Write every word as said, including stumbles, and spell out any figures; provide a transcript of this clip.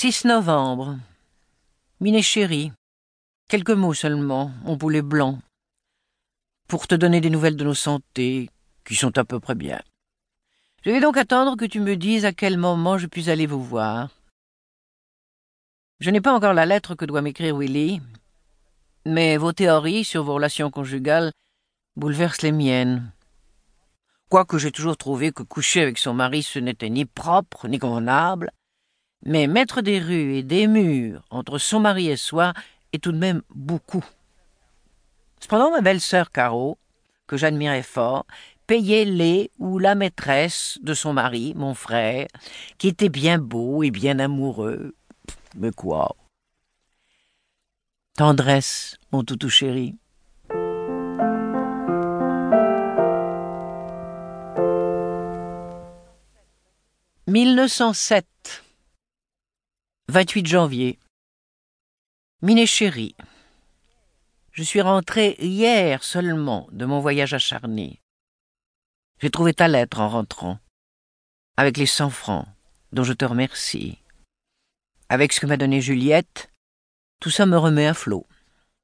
six novembre. Miné chérie, quelques mots seulement, mon poulet blanc, pour te donner des nouvelles de nos santés, qui sont à peu près bien. Je vais donc attendre que tu me dises à quel moment je puis aller vous voir. Je n'ai pas encore la lettre que doit m'écrire Willy, mais vos théories sur vos relations conjugales bouleversent les miennes. Quoique j'ai toujours trouvé que coucher avec son mari ce n'était ni propre ni convenable, mais mettre des rues et des murs entre son mari et soi est tout de même beaucoup. Cependant, ma belle-sœur Caro, que j'admirais fort, payait les ou la maîtresse de son mari, mon frère, qui était bien beau et bien amoureux. Mais quoi? Tendresse, mon toutou chéri. mille neuf cent sept, vingt-huit janvier. Miné chéri, je suis rentré hier seulement de mon voyage acharné. J'ai trouvé ta lettre en rentrant, avec les cent francs, dont je te remercie. Avec ce que m'a donné Juliette, tout ça me remet à flot.